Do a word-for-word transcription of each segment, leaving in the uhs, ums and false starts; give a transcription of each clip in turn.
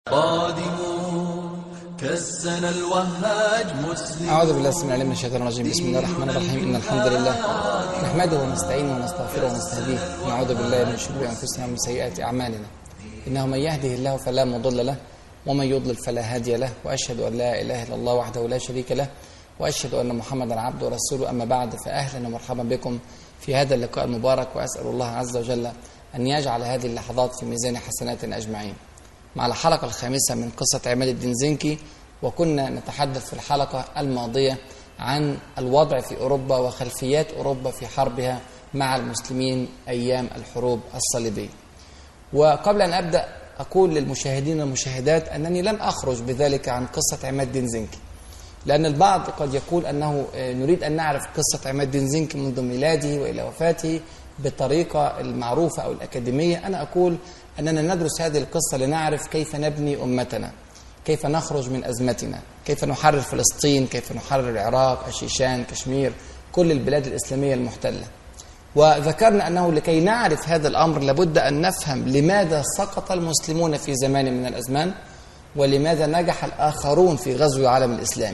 قادمون كالسنا الوهاج مسلمون. أعوذ بالله السميع العليم من الشيطان الرجيم. بسم الله الرحمن الرحيم. إن الحمد لله نحمده ونستعينه ونستغفره ونستهديه ونعوذ بالله من شرور أنفسنا ومن سيئات أعمالنا. إنه من يهده الله فلا مضل له ومن يضلل فلا هادي له، وأشهد أن لا إله إلا الله وحده لا شريك له، وأشهد أن محمدا عبده ورسوله. أما بعد، فأهلا ومرحبا بكم في هذا اللقاء المبارك، وأسأل الله عز وجل أن يجعل هذه اللحظات في ميزان حسناتنا أجمعين. مع الحلقة الخامسة من قصة عماد الدين زنكي، وكنا نتحدث في الحلقة الماضية عن الوضع في أوروبا وخلفيات أوروبا في حربها مع المسلمين أيام الحروب الصليبية. وقبل أن أبدأ أقول للمشاهدين والمشاهدات أنني لم أخرج بذلك عن قصة عماد الدين زنكي، لأن البعض قد يقول أنه نريد أن نعرف قصة عماد الدين زنكي منذ ميلاده وإلى وفاته بالطريقة المعروفة أو الأكاديمية. أنا أقول أننا ندرس هذه القصة لنعرف كيف نبني أمتنا، كيف نخرج من أزمتنا، كيف نحرر فلسطين، كيف نحرر العراق، الشيشان، كشمير، كل البلاد الإسلامية المحتلة. وذكرنا أنه لكي نعرف هذا الأمر لابد أن نفهم لماذا سقط المسلمون في زمان من الأزمان، ولماذا نجح الآخرون في غزو العالم الإسلامي.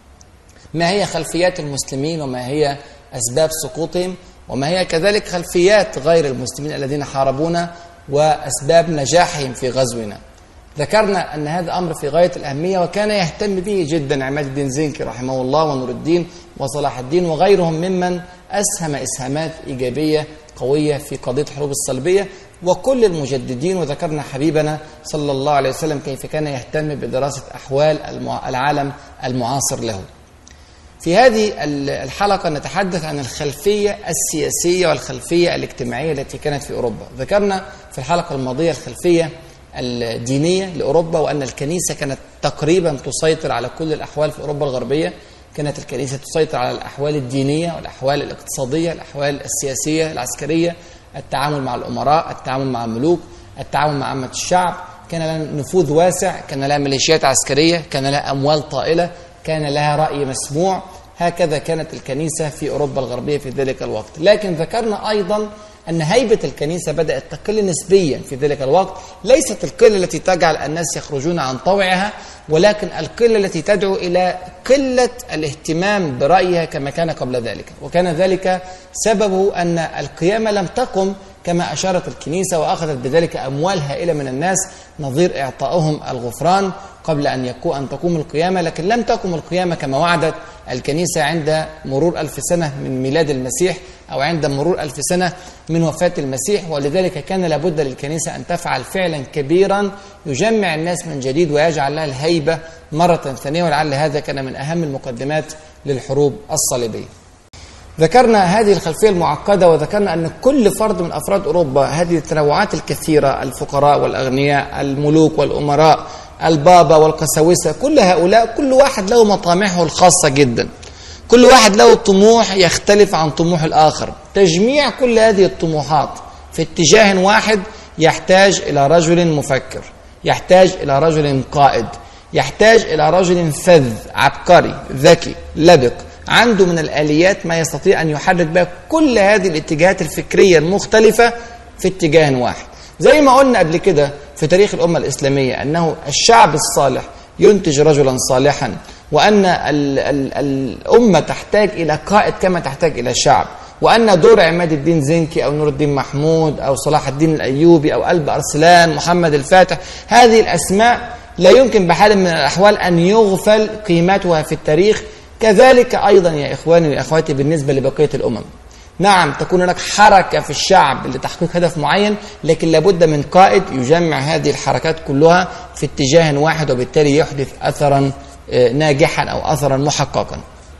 ما هي خلفيات المسلمين، وما هي أسباب سقوطهم، وما هي كذلك خلفيات غير المسلمين الذين حاربونا وأسباب نجاحهم في غزونا. ذكرنا أن هذا أمر في غاية الأهمية، وكان يهتم به جدا عماد الدين زنكي رحمه الله، ونور الدين وصلاح الدين وغيرهم ممن أسهم إسهامات إيجابية قوية في قضية الحروب الصليبية، وكل المجددين. وذكرنا حبيبنا صلى الله عليه وسلم كيف كان يهتم بدراسة أحوال العالم المعاصر له. في هذه الحلقة نتحدث عن الخلفية السياسية والخلفية الاجتماعية التي كانت في أوروبا. ذكرنا في الحلقة الماضية الخلفية الدينية لأوروبا، وأن الكنيسة كانت تقريبا تسيطر على كل الأحوال في أوروبا الغربية. كانت الكنيسة تسيطر على الأحوال الدينية والأحوال الاقتصادية، الأحوال السياسية العسكرية، التعامل مع الأمراء، التعامل مع الملوك، التعامل مع عامة الشعب. كان لها نفوذ واسع، كان لها ميليشيات عسكرية، كان لها أموال طائلة، كان لها رأي مسموع. هكذا كانت الكنيسة في أوروبا الغربية في ذلك الوقت. لكن ذكرنا أيضا أن هيبة الكنيسة بدأت تقل نسبيا في ذلك الوقت، ليست القلة التي تجعل الناس يخرجون عن طوعها، ولكن القلة التي تدعو إلى قلة الاهتمام برأيها كما كان قبل ذلك. وكان ذلك سببه أن القيامة لم تقم كما أشارت الكنيسة، وأخذت بذلك أموال هائلة من الناس نظير إعطائهم الغفران قبل أن يكون أن تقوم القيامة. لكن لم تقم القيامة كما وعدت الكنيسة عند مرور ألف سنة من ميلاد المسيح، أو عند مرور ألف سنة من وفاة المسيح. ولذلك كان لابد للكنيسة أن تفعل فعلا كبيرا يجمع الناس من جديد ويجعل لها الهيبة مرة ثانية، ولعل هذا كان من أهم المقدمات للحروب الصليبية. ذكرنا هذه الخلفية المعقدة، وذكرنا أن كل فرد من أفراد أوروبا، هذه التنوعات الكثيرة، الفقراء والأغنياء، الملوك والأمراء، البابا والقساوسة، كل هؤلاء كل واحد له مطامحه الخاصة جدا، كل واحد له طموح يختلف عن طموح الآخر. تجميع كل هذه الطموحات في اتجاه واحد يحتاج إلى رجل مفكر، يحتاج إلى رجل قائد، يحتاج إلى رجل فذ عبقري ذكي لبق، عنده من الآليات ما يستطيع أن يحرك بها كل هذه الاتجاهات الفكرية المختلفة في اتجاه واحد. زي ما قلنا قبل كده في تاريخ الأمة الإسلامية أنه الشعب الصالح ينتج رجلا صالحا، وأن ال ال الأمة تحتاج إلى قائد كما تحتاج إلى شعب، وأن دور عماد الدين زنكي أو نور الدين محمود أو صلاح الدين الأيوبي أو قلب أرسلان محمد الفاتح، هذه الأسماء لا يمكن بحال من الأحوال أن يغفل قيمتها في التاريخ. كذلك أيضا يا إخواني وأخواتي بالنسبة لبقية الأمم. نعم، تكون هناك حركة في الشعب لتحقيق هدف معين، لكن لابد من قائد يجمع هذه الحركات كلها في اتجاه واحد، وبالتالي يحدث أثرا ناجحا أو أثرا محققا.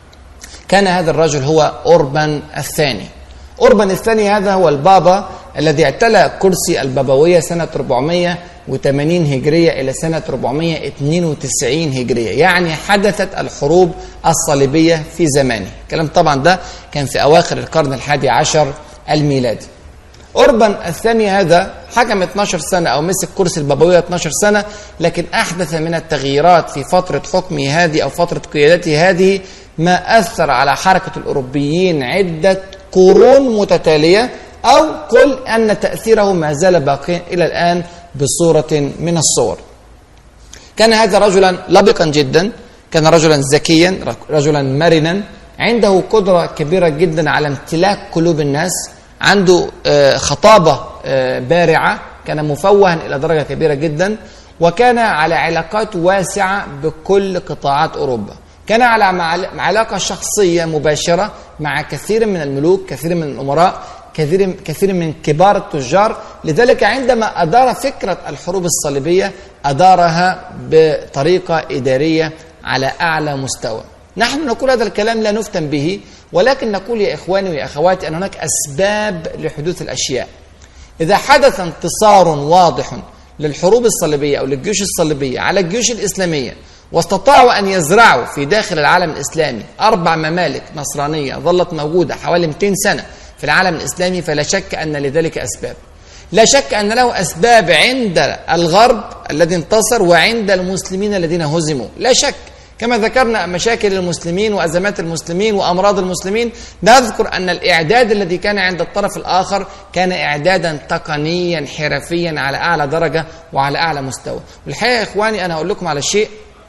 كان هذا الرجل هو أوربان الثاني. أوربان الثاني هذا هو البابا الذي اعتلى كرسي البابوية سنة أربعمائة وثمانين هجرية إلى سنة أربعمائة واثنين وتسعين هجرية، يعني حدثت الحروب الصليبية في زمانه. الكلام طبعا ده كان في أواخر القرن الحادي عشر الميلادي. أوربان الثاني هذا حكم اثناشر سنة أو مسك كرسي البابوية اثناشر سنة، لكن أحدث من التغييرات في فترة حكمه هذه أو فترة قيادته هذه ما أثر على حركة الأوروبيين عدة قرون متتالية، أو قل أن تأثيره ما زال باقيا إلى الآن بصورة من الصور. كان هذا رجلا لبقا جدا، كان رجلا ذكيا، رجلا مرنا، عنده قدرة كبيرة جدا على امتلاك قلوب الناس، عنده خطابة بارعة، كان مفوها إلى درجة كبيرة جدا، وكان على علاقات واسعة بكل قطاعات أوروبا، كان على علاقة شخصية مباشرة مع كثير من الملوك، كثير من الأمراء، كثير كثير من كبار التجار. لذلك عندما أدار فكرة الحروب الصليبية أدارها بطريقة إدارية على أعلى مستوى. نحن نقول هذا الكلام لا نفتن به، ولكن نقول يا إخواني ويا أخواتي أن هناك أسباب لحدوث الأشياء. إذا حدث انتصار واضح للحروب الصليبية أو للجيوش الصليبية على الجيوش الإسلامية، واستطاعوا أن يزرعوا في داخل العالم الإسلامي أربع ممالك نصرانية ظلت موجودة حوالي مئتين سنة في العالم الإسلامي، فلا شك أن لذلك أسباب. لا شك أن له أسباب عند الغرب الذي انتصر وعند المسلمين الذين هزموا، لا شك. كما ذكرنا مشاكل المسلمين وأزمات المسلمين وأمراض المسلمين، نذكر أن الإعداد الذي كان عند الطرف الآخر كان إعدادا تقنيا حرفيا على أعلى درجة وعلى أعلى مستوى. والحقيقة يا إخواني أنا أقول لكم على شيء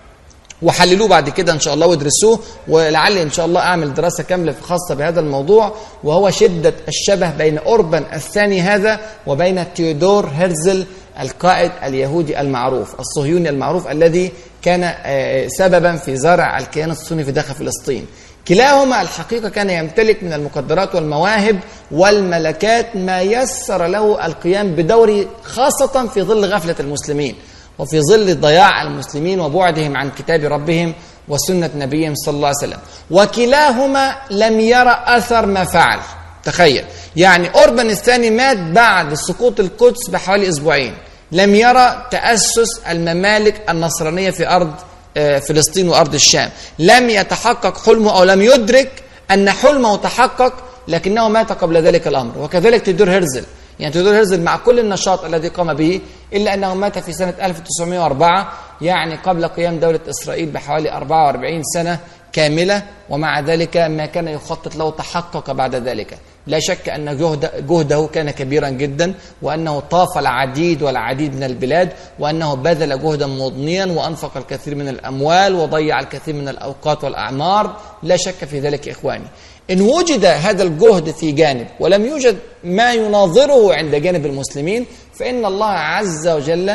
وحللوه بعد كده إن شاء الله وادرسوه، ولعل إن شاء الله أعمل دراسة كاملة خاصة بهذا الموضوع، وهو شدة الشبه بين أوربان الثاني هذا وبين تيودور هرزل القائد اليهودي المعروف الصهيوني المعروف الذي كان سببا في زرع الكيان الصهيوني في داخل فلسطين. كلاهما الحقيقة كان يمتلك من المقدرات والمواهب والملكات ما يسر له القيام بدوره، خاصة في ظل غفلة المسلمين وفي ظل ضياع المسلمين وبعدهم عن كتاب ربهم وسنة نبيهم صلى الله عليه وسلم. وكلاهما لم يرى أثر ما فعل. تخيل يعني أوربان الثاني مات بعد سقوط القدس بحوالي أسبوعين، لم يرى تأسس الممالك النصرانية في أرض فلسطين وأرض الشام، لم يتحقق حلمه أو لم يدرك أن حلمه تحقق، لكنه مات قبل ذلك الأمر. وكذلك تيودور هرزل، يعني تيودور هرزل مع كل النشاط الذي قام به إلا أنه مات في سنة ألف وتسعمائة وأربعة، يعني قبل قيام دولة إسرائيل بحوالي أربعة وأربعين سنة كاملة، ومع ذلك ما كان يخطط له تحقق بعد ذلك. لا شك أن جهد جهده كان كبيرا جدا، وأنه طاف العديد والعديد من البلاد، وأنه بذل جهدا مضنيا وأنفق الكثير من الأموال وضيع الكثير من الأوقات والأعمار، لا شك في ذلك إخواني. إن وجد هذا الجهد في جانب ولم يوجد ما يناظره عند جانب المسلمين، فإن الله عز وجل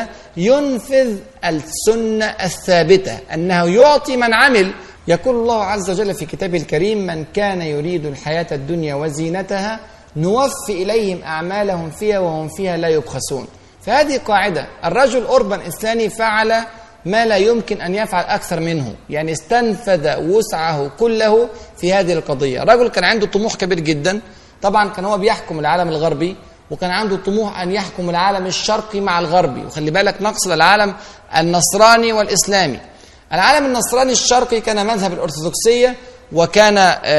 ينفذ السنة الثابتة أنه يعطي من عمل. يقول الله عز وجل في كتابه الكريم: من كان يريد الحياة الدنيا وزينتها نوفي إليهم أعمالهم فيها وهم فيها لا يبخسون. فهذه قاعدة. الرجل أوربان الثاني فعل ما لا يمكن أن يفعل أكثر منه، يعني استنفذ وسعه كله في هذه القضية. رجل كان عنده طموح كبير جدا، طبعا كان هو بيحكم العالم الغربي، وكان عنده طموح أن يحكم العالم الشرقي مع الغربي. وخلي بالك نقصد العالم النصراني والإسلامي. العالم النصراني الشرقي كان مذهب الأرثوذكسية، وكان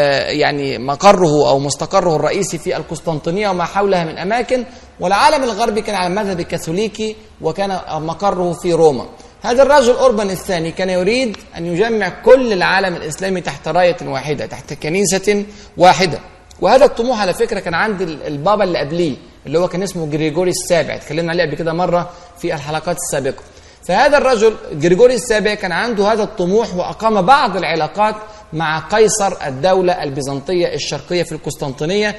يعني مقره أو مستقره الرئيسي في القسطنطينية وما حولها من أماكن، والعالم الغربي كان على المذهب الكاثوليكي وكان مقره في روما. هذا الرجل أوربان الثاني كان يريد أن يجمع كل العالم الإسلامي تحت راية واحدة، تحت كنيسة واحدة. وهذا الطموح على فكرة كان عند البابا اللي قبليه اللي هو كان اسمه جريجوري السابع، اتكلمنا عليه قبل كده مرة في الحلقات السابقة. فهذا الرجل جريجوري السابع كان عنده هذا الطموح، وأقام بعض العلاقات مع قيصر الدولة البيزنطية الشرقية في القسطنطينية،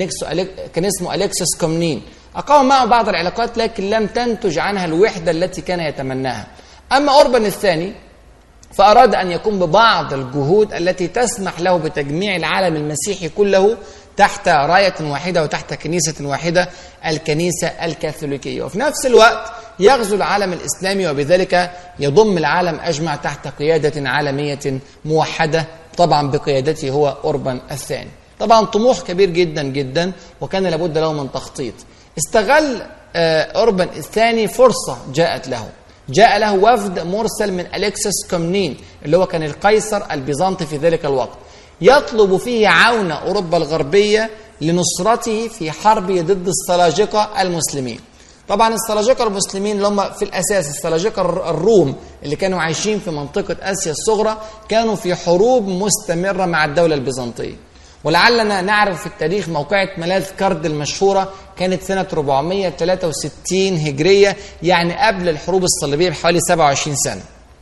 كان اسمه أليكسس كومنين. أقام معه بعض العلاقات لكن لم تنتج عنها الوحدة التي كان يتمناها. أما أوربان الثاني فأراد أن يقوم ببعض الجهود التي تسمح له بتجميع العالم المسيحي كله تحت راية واحدة وتحت كنيسة واحدة، الكنيسة الكاثوليكية، وفي نفس الوقت يغزو العالم الإسلامي، وبذلك يضم العالم أجمع تحت قيادة عالمية موحدة، طبعا بقيادته هو أوربان الثاني. طبعا طموح كبير جدا جدا، وكان لابد له من تخطيط. استغل أوربان الثاني فرصة جاءت له، جاء له وفد مرسل من أليكسس كومنين اللي هو كان القيصر البيزنطي في ذلك الوقت، يطلب فيه عون أوروبا الغربية لنصرته في حربه ضد السلاجقة المسلمين. طبعا السلاجقة المسلمين اللي هم في الأساس السلاجقة الروم اللي كانوا عايشين في منطقة آسيا الصغرى، كانوا في حروب مستمرة مع الدولة البيزنطية. ولعلنا نعرف في التاريخ موقعة ملاذ كرد المشهورة كانت سنة أربعمائة وثلاثة وستين هجرية، يعني قبل الحروب الصليبية بحوالي سبعة وعشرين سنة.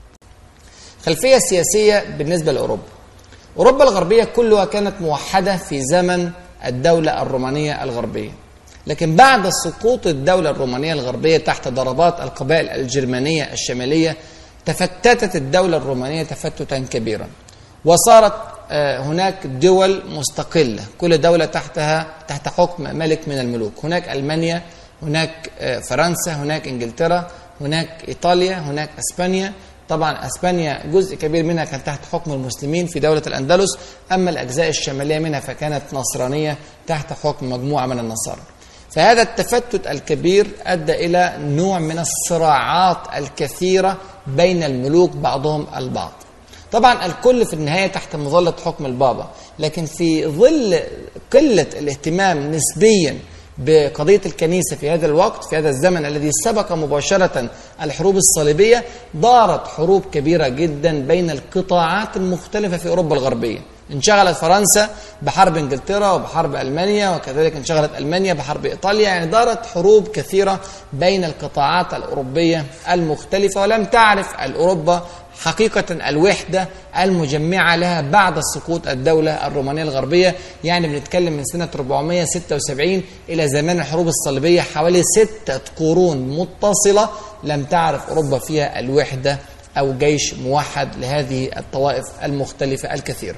خلفية سياسية بالنسبة لأوروبا. أوروبا الغربية كلها كانت موحدة في زمن الدولة الرومانية الغربية، لكن بعد سقوط الدولة الرومانية الغربية تحت ضربات القبائل الجرمانية الشمالية تفتتت الدولة الرومانية تفتتا كبيرا، وصارت هناك دول مستقلة كل دولة تحتها تحت حكم ملك من الملوك. هناك ألمانيا، هناك فرنسا، هناك إنجلترا، هناك إيطاليا، هناك أسبانيا. طبعا أسبانيا جزء كبير منها كان تحت حكم المسلمين في دولة الأندلس، أما الأجزاء الشمالية منها فكانت نصرانية تحت حكم مجموعة من النصارى. فهذا التفتت الكبير أدى إلى نوع من الصراعات الكثيرة بين الملوك بعضهم البعض. طبعا الكل في النهاية تحت مظلة حكم البابا، لكن في ظل قلة الاهتمام نسبيا بقضية الكنيسة في هذا الوقت، في هذا الزمن الذي سبق مباشرة الحروب الصليبية، دارت حروب كبيرة جدا بين القطاعات المختلفة في أوروبا الغربية. انشغلت فرنسا بحرب انجلترا وبحرب ألمانيا، وكذلك انشغلت ألمانيا بحرب إيطاليا. يعني دارت حروب كثيرة بين القطاعات الأوروبية المختلفة، ولم تعرف الأوروبا حقيقة الوحدة المجمعة لها بعد سقوط الدولة الرومانية الغربية. يعني بنتكلم من سنة أربعمائة وستة وسبعين إلى زمان الحروب الصليبية، حوالي ستة قرون متصلة لم تعرف أوروبا فيها الوحدة أو جيش موحد لهذه الطوائف المختلفة الكثيرة.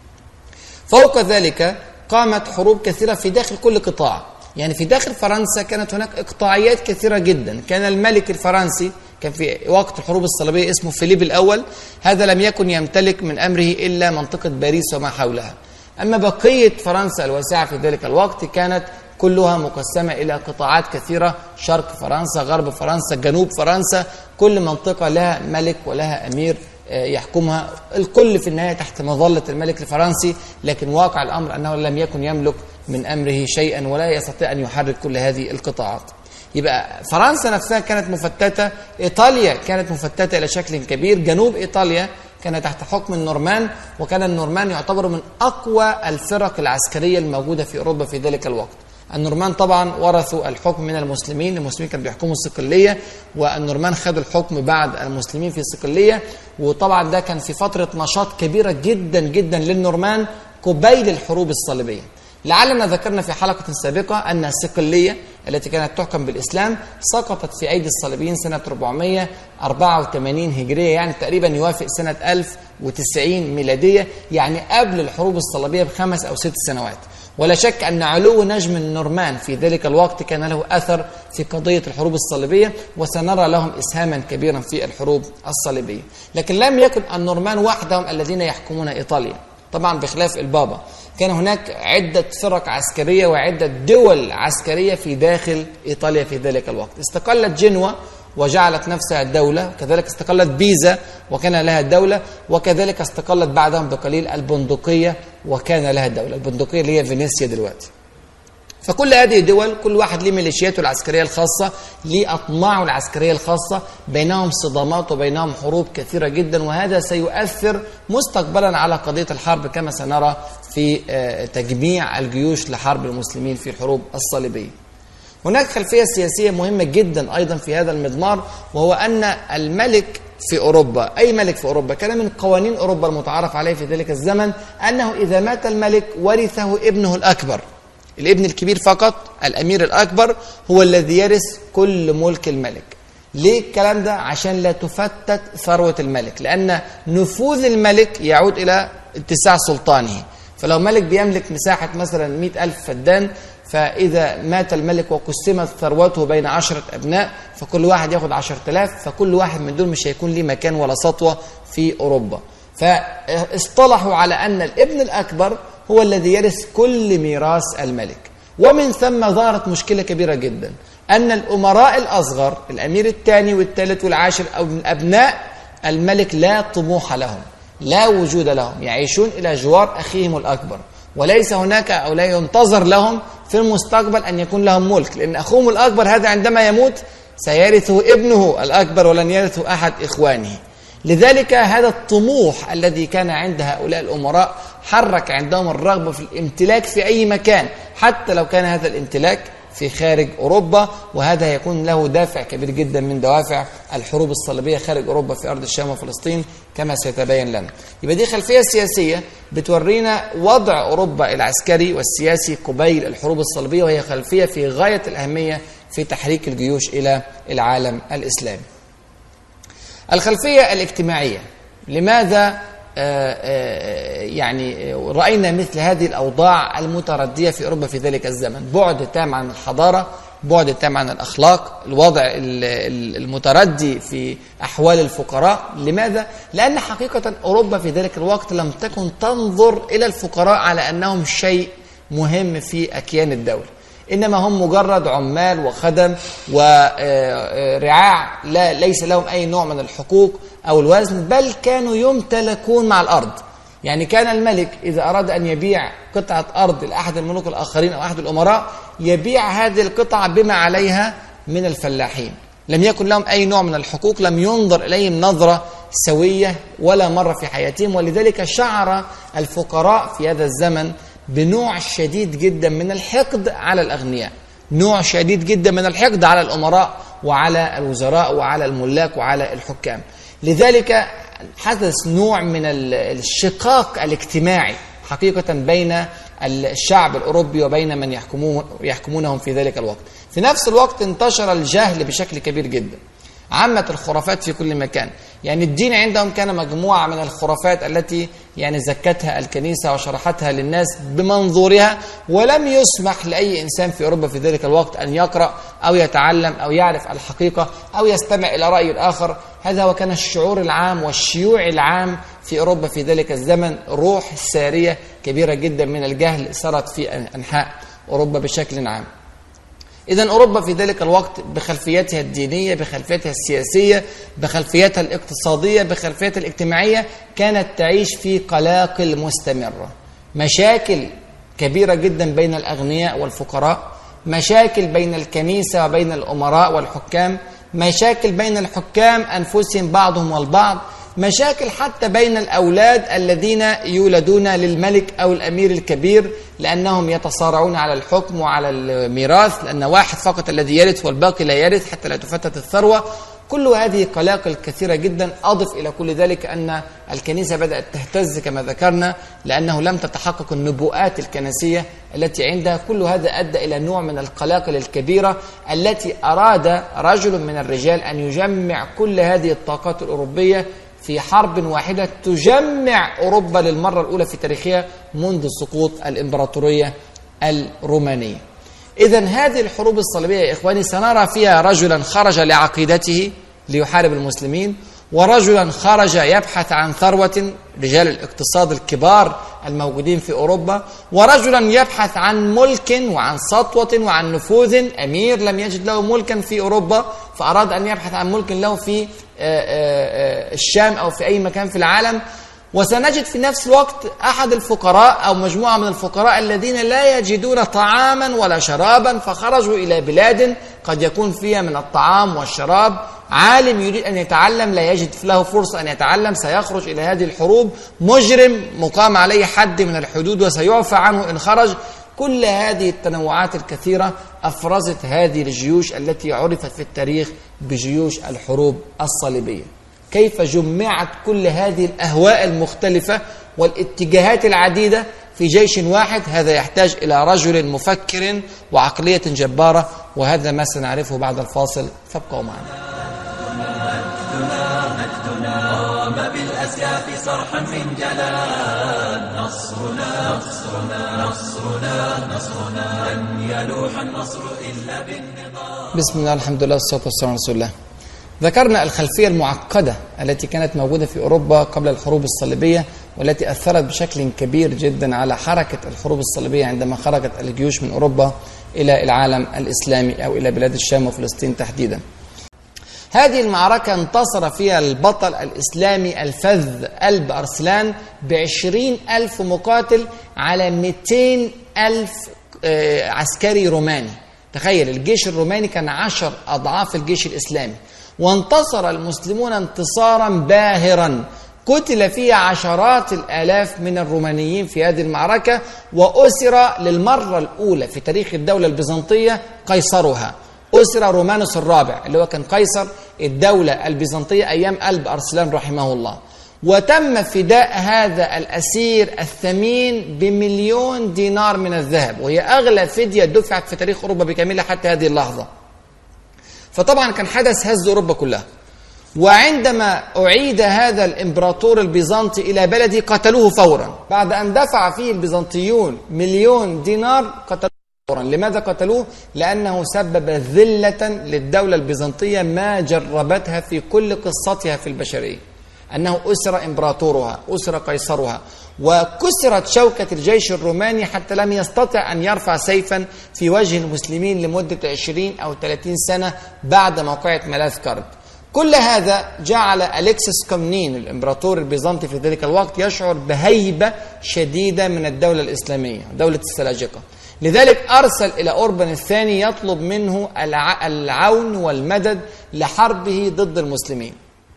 فوق ذلك قامت حروب كثيرة في داخل كل قطاع. يعني في داخل فرنسا كانت هناك إقطاعيات كثيرة جدا. كان الملك الفرنسي كان في وقت الحروب الصليبية اسمه فيليب الأول، هذا لم يكن يمتلك من أمره إلا منطقة باريس وما حولها. أما بقية فرنسا الواسعة في ذلك الوقت كانت كلها مقسمة إلى قطاعات كثيرة، شرق فرنسا، غرب فرنسا، جنوب فرنسا، كل منطقة لها ملك ولها أمير يحكمها، الكل في النهاية تحت مظلة الملك الفرنسي. لكن واقع الأمر أنه لم يكن يملك من أمره شيئا ولا يستطيع أن يحرك كل هذه القطاعات. يبقى فرنسا نفسها كانت مفتتة، إيطاليا كانت مفتتة إلى شكل كبير، جنوب إيطاليا كان تحت حكم النورمان، وكان النورمان يعتبر من أقوى الفرق العسكرية الموجودة في أوروبا في ذلك الوقت. النورمان طبعا ورثوا الحكم من المسلمين، المسلمين كانوا بيحكموا الصقلية، والنورمان خدوا الحكم بعد المسلمين في الصقلية. وطبعا ده كان في فترة نشاط كبيرة جدا جدا للنورمان قبيل الحروب الصليبية. لعلنا ذكرنا في حلقة سابقة أن الصقلية التي كانت تحكم بالإسلام سقطت في أيدي الصليبيين سنة أربعمائة وأربعة وثمانين هجرية، يعني تقريبا يوافق سنة ألف وتسعين ميلادية، يعني قبل الحروب الصليبية بخمس أو ست سنوات. ولا شك أن علو نجم النورمان في ذلك الوقت كان له أثر في قضية الحروب الصليبية، وسنرى لهم إسهاما كبيرا في الحروب الصليبية. لكن لم يكن النورمان وحدهم الذين يحكمون إيطاليا، طبعا بخلاف البابا. كان هناك عدة فرق عسكرية وعدة دول عسكرية في داخل إيطاليا في ذلك الوقت. استقلت جنوة وجعلت نفسها دولة، كذلك استقلت بيزا وكان لها دولة، وكذلك استقلت بعدهم بقليل البندقية وكان لها دولة. البندقية اللي هي فينيسيا دلوقتي. فكل هذه الدول كل واحد له ميليشياته العسكرية الخاصة، له أطماعه العسكرية الخاصة، بينهم صدامات وبينهم حروب كثيرة جدا، وهذا سيؤثر مستقبلا على قضية الحرب كما سنرى في تجميع الجيوش لحرب المسلمين في الحروب الصليبية. هناك خلفية سياسية مهمة جدا أيضا في هذا المضمار، وهو أن الملك في أوروبا، أي ملك في أوروبا، كان من قوانين أوروبا المتعارف عليه في ذلك الزمن أنه إذا مات الملك ورثه ابنه الأكبر. الابن الكبير فقط، الأمير الأكبر، هو الذي يرث كل ملك الملك. ليه الكلام ده؟ عشان لا تفتت ثروة الملك، لأن نفوذ الملك يعود إلى اتساع سلطانه. فلو ملك بيملك مساحة مثلا مئة ألف فدان، فإذا مات الملك وقسمت ثروته بين عشرة أبناء، فكل واحد يأخذ عشرة آلاف، فكل واحد من دول مش هيكون له مكان ولا سطوة في أوروبا. فاصطلحوا على أن الابن الأكبر هو الذي يرث كل ميراث الملك. ومن ثم ظهرت مشكلة كبيرة جدا، أن الأمراء الأصغر، الأمير الثاني والثالث والعاشر أو من أبناء الملك، لا طموح لهم، لا وجود لهم، يعيشون إلى جوار أخيهم الأكبر، وليس هناك أو لا ينتظر لهم في المستقبل أن يكون لهم ملك، لأن أخوهم الأكبر هذا عندما يموت سيرثه ابنه الأكبر ولن يرثه أحد إخوانه. لذلك هذا الطموح الذي كان عند هؤلاء الأمراء حرك عندهم الرغبة في الامتلاك في أي مكان، حتى لو كان هذا الامتلاك في خارج أوروبا، وهذا هيكون له دافع كبير جدا من دوافع الحروب الصليبية خارج أوروبا في أرض الشام وفلسطين كما سيتبين لنا. يبقى دي خلفية سياسية بتورينا وضع أوروبا العسكري والسياسي قبيل الحروب الصليبية، وهي خلفية في غاية الأهمية في تحريك الجيوش إلى العالم الإسلامي. الخلفية الاجتماعية، لماذا آآ آآ يعني رأينا مثل هذه الأوضاع المتردية في أوروبا في ذلك الزمن؟ بعد تام عن الحضارة، بعد تام عن الأخلاق، الوضع المتردي في أحوال الفقراء. لماذا؟ لأن حقيقة أوروبا في ذلك الوقت لم تكن تنظر إلى الفقراء على أنهم شيء مهم في أكيان الدولة، إنما هم مجرد عمال وخدم ورعاع، لا ليس لهم أي نوع من الحقوق أو الوزن، بل كانوا يمتلكون مع الأرض. يعني كان الملك إذا أراد أن يبيع قطعة أرض لأحد الملوك الآخرين أو أحد الأمراء يبيع هذه القطعة بما عليها من الفلاحين، لم يكن لهم أي نوع من الحقوق، لم ينظر إليهم نظرة سوية ولا مرة في حياتهم. ولذلك شعر الفقراء في هذا الزمن بنوع شديد جدا من الحقد على الأغنياء، نوع شديد جدا من الحقد على الأمراء وعلى الوزراء وعلى الملاك وعلى الحكام. لذلك حدث نوع من الشقاق الاجتماعي حقيقة بين الشعب الأوروبي وبين من يحكمونهم في ذلك الوقت. في نفس الوقت انتشر الجهل بشكل كبير جدا، عمت الخرافات في كل مكان. يعني الدين عندهم كان مجموعة من الخرافات التي يعني زكتها الكنيسة وشرحتها للناس بمنظورها، ولم يسمح لأي إنسان في أوروبا في ذلك الوقت أن يقرأ أو يتعلم أو يعرف الحقيقة أو يستمع إلى رأي الآخر. هذا وكان الشعور العام والشيوع العام في أوروبا في ذلك الزمن. روح سارية كبيرة جدا من الجهل سرت في أنحاء أوروبا بشكل عام. إذن أوروبا في ذلك الوقت بخلفيتها الدينية، بخلفيتها السياسية، بخلفيتها الاقتصادية، بخلفيتها الاجتماعية، كانت تعيش في قلاقل مستمرة. مشاكل كبيرة جدا بين الأغنياء والفقراء، مشاكل بين الكنيسة وبين الأمراء والحكام، مشاكل بين الحكام أنفسهم بعضهم والبعض، مشاكل حتى بين الأولاد الذين يولدون للملك أو الأمير الكبير لأنهم يتصارعون على الحكم وعلى الميراث، لأن واحد فقط الذي يرث والباقي لا يرث حتى لا تفتت الثروة. كل هذه قلاقل كثيرة جدا. أضف إلى كل ذلك أن الكنيسة بدأت تهتز كما ذكرنا لأنه لم تتحقق النبوءات الكنسية التي عندها. كل هذا أدى إلى نوع من القلاقل الكبيرة التي أراد رجل من الرجال أن يجمع كل هذه الطاقات الأوروبية في حرب واحدة تجمع أوروبا للمرة الأولى في تاريخها منذ سقوط الإمبراطورية الرومانية. إذن هذه الحروب الصليبية يا إخواني سنرى فيها رجلا خرج لعقيدته ليحارب المسلمين، ورجلا خرج يبحث عن ثروة، رجال الاقتصاد الكبار الموجودين في أوروبا، ورجلا يبحث عن ملك وعن سطوة وعن نفوذ. أمير لم يجد له ملكا في أوروبا فأراد أن يبحث عن ملك له في الشام أو في أي مكان في العالم. وسنجد في نفس الوقت أحد الفقراء أو مجموعة من الفقراء الذين لا يجدون طعاما ولا شرابا، فخرجوا إلى بلاد قد يكون فيها من الطعام والشراب. عالم يريد أن يتعلم لا يجد له فرصة أن يتعلم، سيخرج إلى هذه الحروب. مجرم مقام عليه حد من الحدود وسيعفى عنه إن خرج. كل هذه التنوعات الكثيرة أفرزت هذه الجيوش التي عرفت في التاريخ بجيوش الحروب الصليبية. كيف جمعت كل هذه الأهواء المختلفة والاتجاهات العديدة في جيش واحد؟ هذا يحتاج إلى رجل مفكر وعقلية جبارة، وهذا ما سنعرفه بعد الفاصل، فابقوا معنا. بالأسياف صرحا من جلال، نصرنا نصرنا نصرنا نصرنا لن يلوح النصر إلا بالنضال. بسم الله، الحمد لله، والصلاة والسلام على رسول الله. ذكرنا الخلفية المعقدة التي كانت موجودة في أوروبا قبل الحروب الصليبية، والتي أثرت بشكل كبير جدا على حركة الحروب الصليبية عندما خرجت الجيوش من أوروبا إلى العالم الإسلامي أو إلى بلاد الشام وفلسطين تحديدا. هذه المعركة انتصر فيها البطل الإسلامي الفذ ألب أرسلان بعشرين ألف مقاتل على مئتين ألف عسكري روماني. تخيل، الجيش الروماني كان عشر أضعاف الجيش الإسلامي، وانتصر المسلمون انتصارا باهرا. قتل فيها عشرات الآلاف من الرومانيين في هذه المعركة، وأسر للمرة الأولى في تاريخ الدولة البيزنطية قيصرها، أسر رومانوس الرابع اللي هو كان قيصر الدولة البيزنطية أيام قلب أرسلان رحمه الله. وتم فداء هذا الأسير الثمين بمليون دينار من الذهب، وهي أغلى فدية دفعت في تاريخ أوروبا بكاملها حتى هذه اللحظة. فطبعا كان حدث هز أوروبا كلها. وعندما أعيد هذا الإمبراطور البيزنطي إلى بلده قتلوه فورا، بعد أن دفع فيه البيزنطيون مليون دينار قتلوه فورا. لماذا قتلوه؟ لأنه سبب ذلة للدولة البيزنطية ما جربتها في كل قصتها في البشرية، أنه أسر إمبراطورها، أسر قيصرها، وكسرت شوكة الجيش الروماني حتى لم يستطع أن يرفع سيفا في وجه المسلمين لمدة عشرين أو ثلاثين سنة بعد موقعة ملاذ كارب. كل هذا جعل أليكسس كومنين الإمبراطور البيزنطي في ذلك الوقت يشعر بهيبة شديدة من الدولة الإسلامية، دولة السلاجقة. لذلك أرسل إلى أوربان الثاني يطلب منه العون والمدد لحربه ضد المسلمين.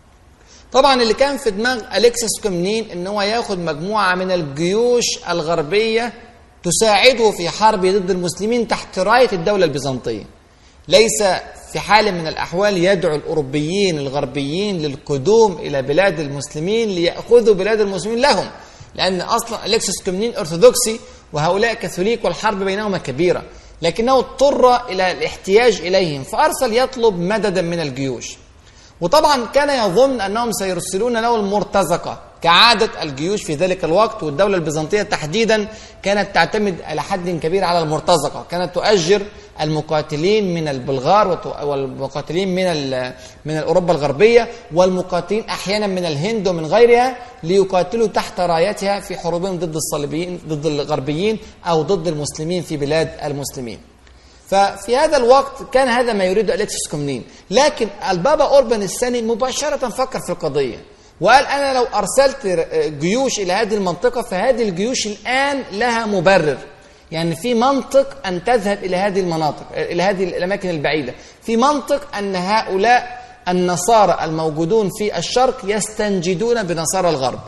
طبعا اللي كان في دماغ أليكسس كومنين ان هو ياخد مجموعة من الجيوش الغربية تساعده في حربه ضد المسلمين تحت راية الدولة البيزنطية. ليس في حال من الأحوال يدعو الأوروبيين الغربيين للقدوم إلى بلاد المسلمين ليأخذوا بلاد المسلمين لهم، لأن أصلا أليكسس كومنين أرثوذكسي وهؤلاء كاثوليك والحرب بينهما كبيرة، لكنه اضطر إلى الاحتياج إليهم فأرسل يطلب مددا من الجيوش. وطبعا كان يظن أنهم سيرسلون له المرتزقة كعادة الجيوش في ذلك الوقت، والدولة البيزنطية تحديدا كانت تعتمد على حد كبير على المرتزقة، كانت تؤجر المقاتلين من البلغار والمقاتلين من من أوروبا الغربية والمقاتلين أحيانا من الهند ومن غيرها ليقاتلوا تحت رايتها في حروبهم ضد الصليبيين ضد الغربيين أو ضد المسلمين في بلاد المسلمين. ففي هذا الوقت كان هذا ما يريد أليكسس كومنين، لكن البابا أوربان الثاني مباشرة فكر في القضية وقال أنا لو أرسلت جيوش إلى هذه المنطقة فهذه الجيوش الآن لها مبرر، يعني في منطق أن تذهب إلى هذه المناطق إلى هذه الأماكن البعيدة، في منطق أن هؤلاء النصارى الموجودون في الشرق يستنجدون بنصارى الغرب،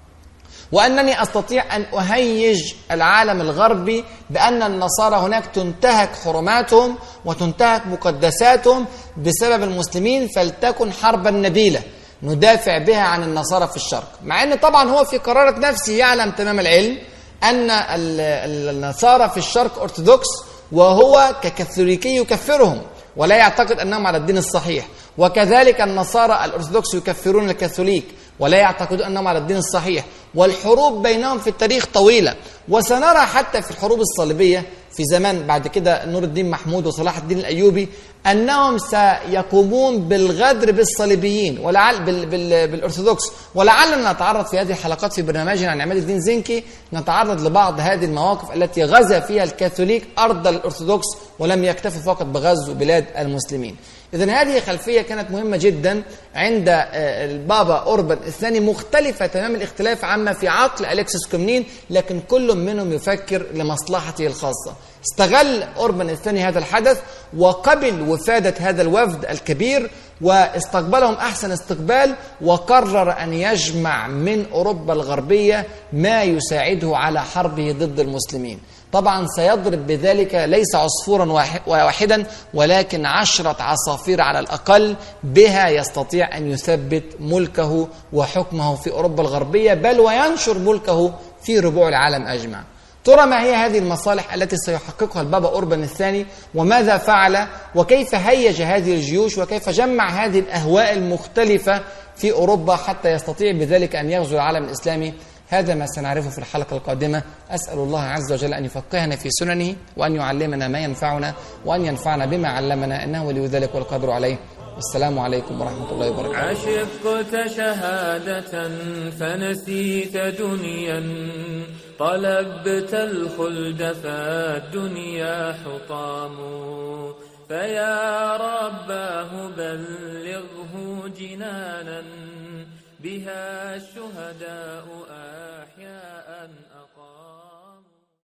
وأنني أستطيع أن أهيج العالم الغربي بأن النصارى هناك تنتهك حرماتهم وتنتهك مقدساتهم بسبب المسلمين، فلتكن حربا نبيلة ندافع بها عن النصارى في الشرق. مع أن طبعا هو في قرارة نفسه يعلم تمام العلم أن النصارى في الشرق أرثوذكس، وهو ككاثوليكي يكفرهم ولا يعتقد أنهم على الدين الصحيح، وكذلك النصارى الأرثوذكس يكفرون الكاثوليك ولا يعتقدون أنهم على الدين الصحيح، والحروب بينهم في التاريخ طويلة. وسنرى حتى في الحروب الصليبية في زمان بعد كده نور الدين محمود وصلاح الدين الأيوبي أنهم سيقومون بالغدر بالصليبيين ولعل بال بال بالأرثوذكس. ولعلنا نتعرض في هذه الحلقات في برنامجنا عن عماد الدين زنكي نتعرض لبعض هذه المواقف التي غزا فيها الكاثوليك أرض الأرثوذكس ولم يكتفوا فقط بغزو بلاد المسلمين. إذن هذه خلفية كانت مهمة جدا عند البابا أوربان الثاني، مختلفة تمام الاختلاف عما في عقل أليكسس كومنين، لكن كل منهم يفكر لمصلحته الخاصة. استغل أوربان الثاني هذا الحدث وقبل وفادة هذا الوفد الكبير واستقبلهم أحسن استقبال، وقرر أن يجمع من أوروبا الغربية ما يساعده على حربه ضد المسلمين. طبعا سيضرب بذلك ليس عصفورا واحدا ولكن عشرة عصافير على الأقل، بها يستطيع أن يثبت ملكه وحكمه في أوروبا الغربية، بل وينشر ملكه في ربوع العالم أجمع. ترى ما هي هذه المصالح التي سيحققها البابا أوربان الثاني، وماذا فعل، وكيف هيج هذه الجيوش، وكيف جمع هذه الأهواء المختلفة في أوروبا حتى يستطيع بذلك أن يغزو العالم الإسلامي. هذا ما سنعرفه في الحلقة القادمة. أسأل الله عز وجل أن يفقهنا في سننه وأن يعلمنا ما ينفعنا وأن ينفعنا بما علمنا، إنه ولي ذلك والقدر عليه. والسلام عليكم ورحمة الله وبركاته. عشقت شهادة فنسيت دنيا، طلبت الخلد فالدنيا حطام، فيا رباه بلغه جنانا بها الشهداء أحياء